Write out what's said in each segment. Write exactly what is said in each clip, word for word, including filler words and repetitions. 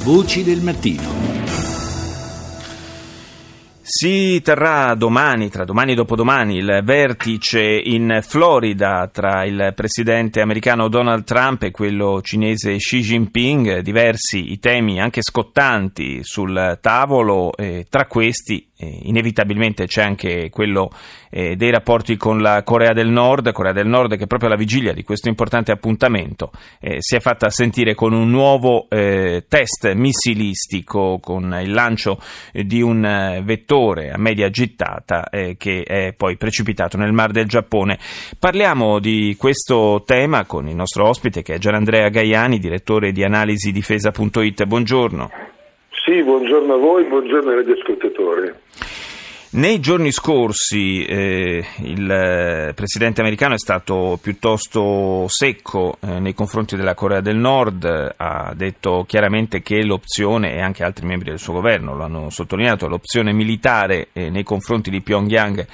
Voci del mattino. Si terrà domani, tra domani e dopodomani, il vertice in Florida tra il presidente americano Donald Trump e quello cinese Xi Jinping. Diversi i temi anche scottanti sul tavolo, eh, tra questi eh, inevitabilmente c'è anche quello eh, dei rapporti con la Corea del Nord, Corea del Nord che proprio alla vigilia di questo importante appuntamento eh, si è fatta sentire con un nuovo eh, test missilistico, con il lancio eh, di un eh, vettore a media gittata eh, che è poi precipitato nel Mar del Giappone. Parliamo di questo tema con il nostro ospite che è Gianandrea Gaiani, direttore di analisi difesa punto it. Buongiorno. Sì, buongiorno a voi, buongiorno ai radioascoltatori. Nei giorni scorsi eh, il presidente americano è stato piuttosto secco eh, nei confronti della Corea del Nord, ha detto chiaramente che l'opzione, e anche altri membri del suo governo lo hanno sottolineato, l'opzione militare eh, nei confronti di Pyongyang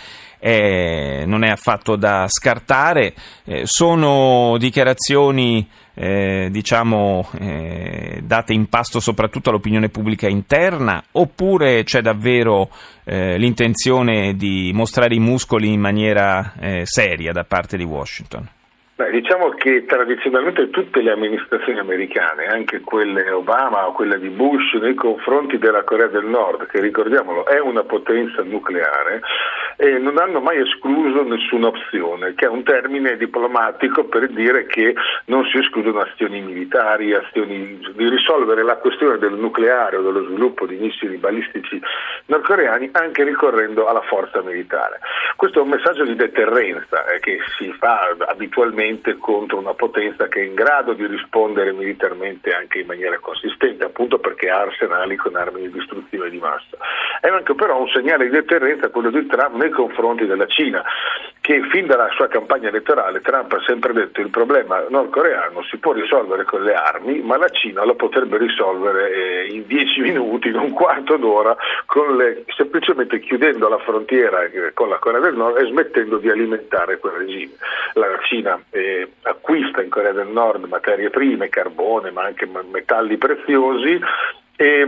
è, non è affatto da scartare. Eh, sono dichiarazioni Eh, diciamo eh, date in pasto soprattutto all'opinione pubblica interna, oppure c'è davvero eh, l'intenzione di mostrare i muscoli in maniera eh, seria da parte di Washington? Beh, diciamo che tradizionalmente tutte le amministrazioni americane, anche quelle Obama o quelle di Bush, nei confronti della Corea del Nord, che ricordiamolo è una potenza nucleare, eh, non hanno mai escluso nessuna opzione, che è un termine diplomatico per dire che non si escludono azioni militari, azioni di risolvere la questione del nucleare o dello sviluppo di missili balistici nordcoreani anche ricorrendo alla forza militare. Questo è un messaggio di deterrenza eh, che si fa abitualmente contro una potenza che è in grado di rispondere militarmente anche in maniera consistente, appunto perché ha arsenali con armi di distruzione di massa. È anche però un segnale di deterrenza quello di Trump nei confronti della Cina, che fin dalla sua campagna elettorale Trump ha sempre detto il problema nordcoreano si può risolvere con le armi, ma la Cina lo potrebbe risolvere eh, in dieci minuti, in un quarto d'ora, con le, semplicemente chiudendo la frontiera eh, con la Corea del Nord e smettendo di alimentare quel regime. La Cina eh, acquista in Corea del Nord materie prime, carbone, ma anche metalli preziosi, E,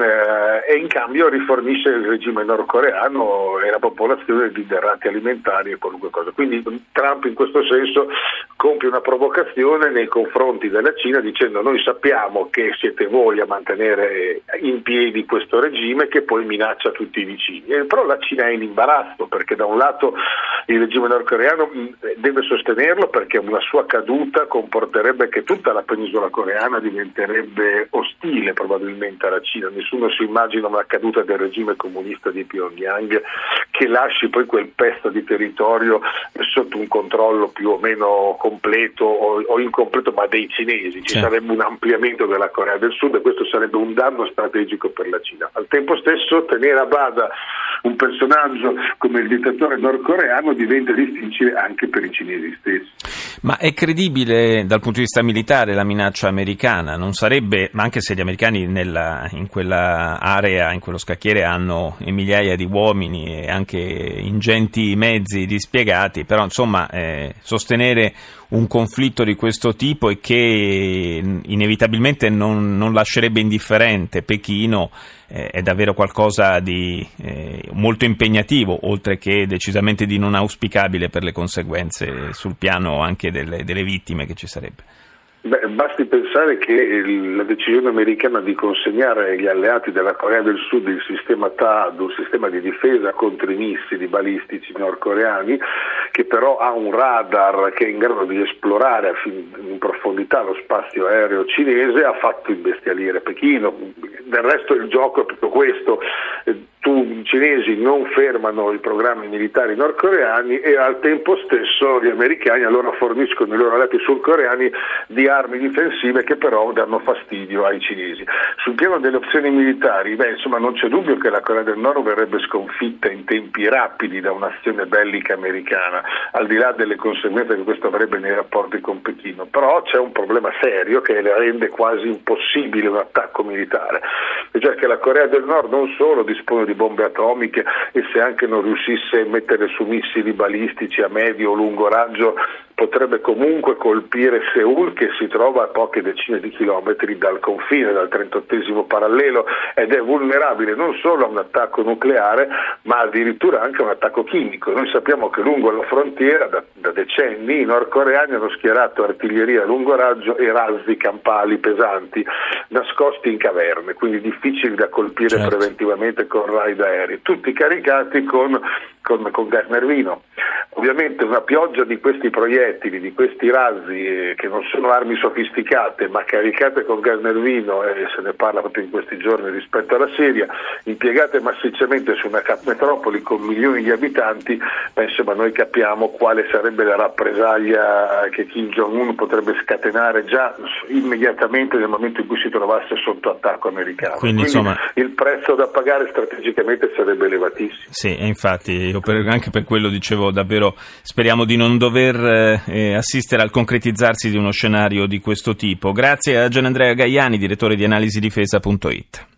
e in cambio rifornisce il regime nordcoreano e la popolazione di derrate alimentari e qualunque cosa. Quindi Trump in questo senso compie una provocazione nei confronti della Cina dicendo noi sappiamo che siete voi a mantenere in piedi questo regime che poi minaccia tutti i vicini. E però la Cina è in imbarazzo perché da un lato il regime nordcoreano deve sostenerlo perché una sua caduta comporterebbe che tutta la penisola coreana diventerebbe ostile probabilmente alla Cina. Nessuno si immagina una caduta del regime comunista di Pyongyang che lasci poi quel pezzo di territorio sotto un controllo più o meno completo o, o incompleto ma dei cinesi. Ci sì. sarebbe un ampliamento della Corea del Sud e questo sarebbe un danno strategico per la Cina. Al tempo stesso tenere a bada un personaggio come il dittatore nordcoreano diventa difficile anche per i cinesi stessi. Ma è credibile dal punto di vista militare la minaccia americana? Non sarebbe, ma anche se gli americani nella, in quella area, in quello scacchiere hanno migliaia di uomini e anche ingenti mezzi dispiegati, però insomma eh, sostenere un conflitto di questo tipo e che inevitabilmente non, non lascerebbe indifferente Pechino eh, è davvero qualcosa di eh, molto impegnativo, oltre che decisamente di non auspicabile per le conseguenze sul piano anche delle, delle vittime che ci sarebbe. Beh, basti pensare che il, la decisione americana di consegnare agli alleati della Corea del Sud il sistema T A D, un sistema di difesa contro i missili balistici nordcoreani, che però ha un radar che è in grado di esplorare in profondità lo spazio aereo cinese, ha fatto imbestialire Pechino. Del resto il gioco è proprio questo. Tu, i cinesi non fermano i programmi militari nordcoreani e al tempo stesso gli americani allora forniscono i loro alleati sudcoreani di armi difensive che però danno fastidio ai cinesi. Sul piano delle opzioni militari, beh, insomma, non c'è dubbio che la Corea del Nord verrebbe sconfitta in tempi rapidi da un'azione bellica americana, al di là delle conseguenze che questo avrebbe nei rapporti con Pechino. Però c'è un problema serio che rende quasi impossibile un attacco militare, e cioè che la Corea del Nord non solo dispone di bombe atomiche e se anche non riuscisse a mettere su missili balistici a medio o lungo raggio potrebbe comunque colpire Seul, che si trova a poche decine di chilometri dal confine, dal trentottesimo parallelo, ed è vulnerabile non solo a un attacco nucleare, ma addirittura anche a un attacco chimico. Noi sappiamo che lungo la frontiera da, da decenni i nordcoreani hanno schierato artiglieria a lungo raggio e razzi campali pesanti nascosti in caverne, quindi difficili da colpire certo. preventivamente con raid aerei, tutti caricati con, con, con gas nervino. Ovviamente una pioggia di questi proiettili, di questi razzi, eh, che non sono armi sofisticate ma caricate con gas nervino, e eh, se ne parla proprio in questi giorni rispetto alla Siria, impiegate massicciamente su una metropoli con milioni di abitanti, beh, insomma noi capiamo quale sarebbe la rappresaglia che Kim Jong-un potrebbe scatenare già immediatamente nel momento in cui si trovasse sotto attacco americano. Quindi, Quindi insomma, il prezzo da pagare strategicamente sarebbe elevatissimo. Sì, infatti io per, anche per quello dicevo davvero speriamo di non dover eh, assistere al concretizzarsi di uno scenario di questo tipo. Grazie a Gianandrea Gaiani, direttore di analisi difesa punto it.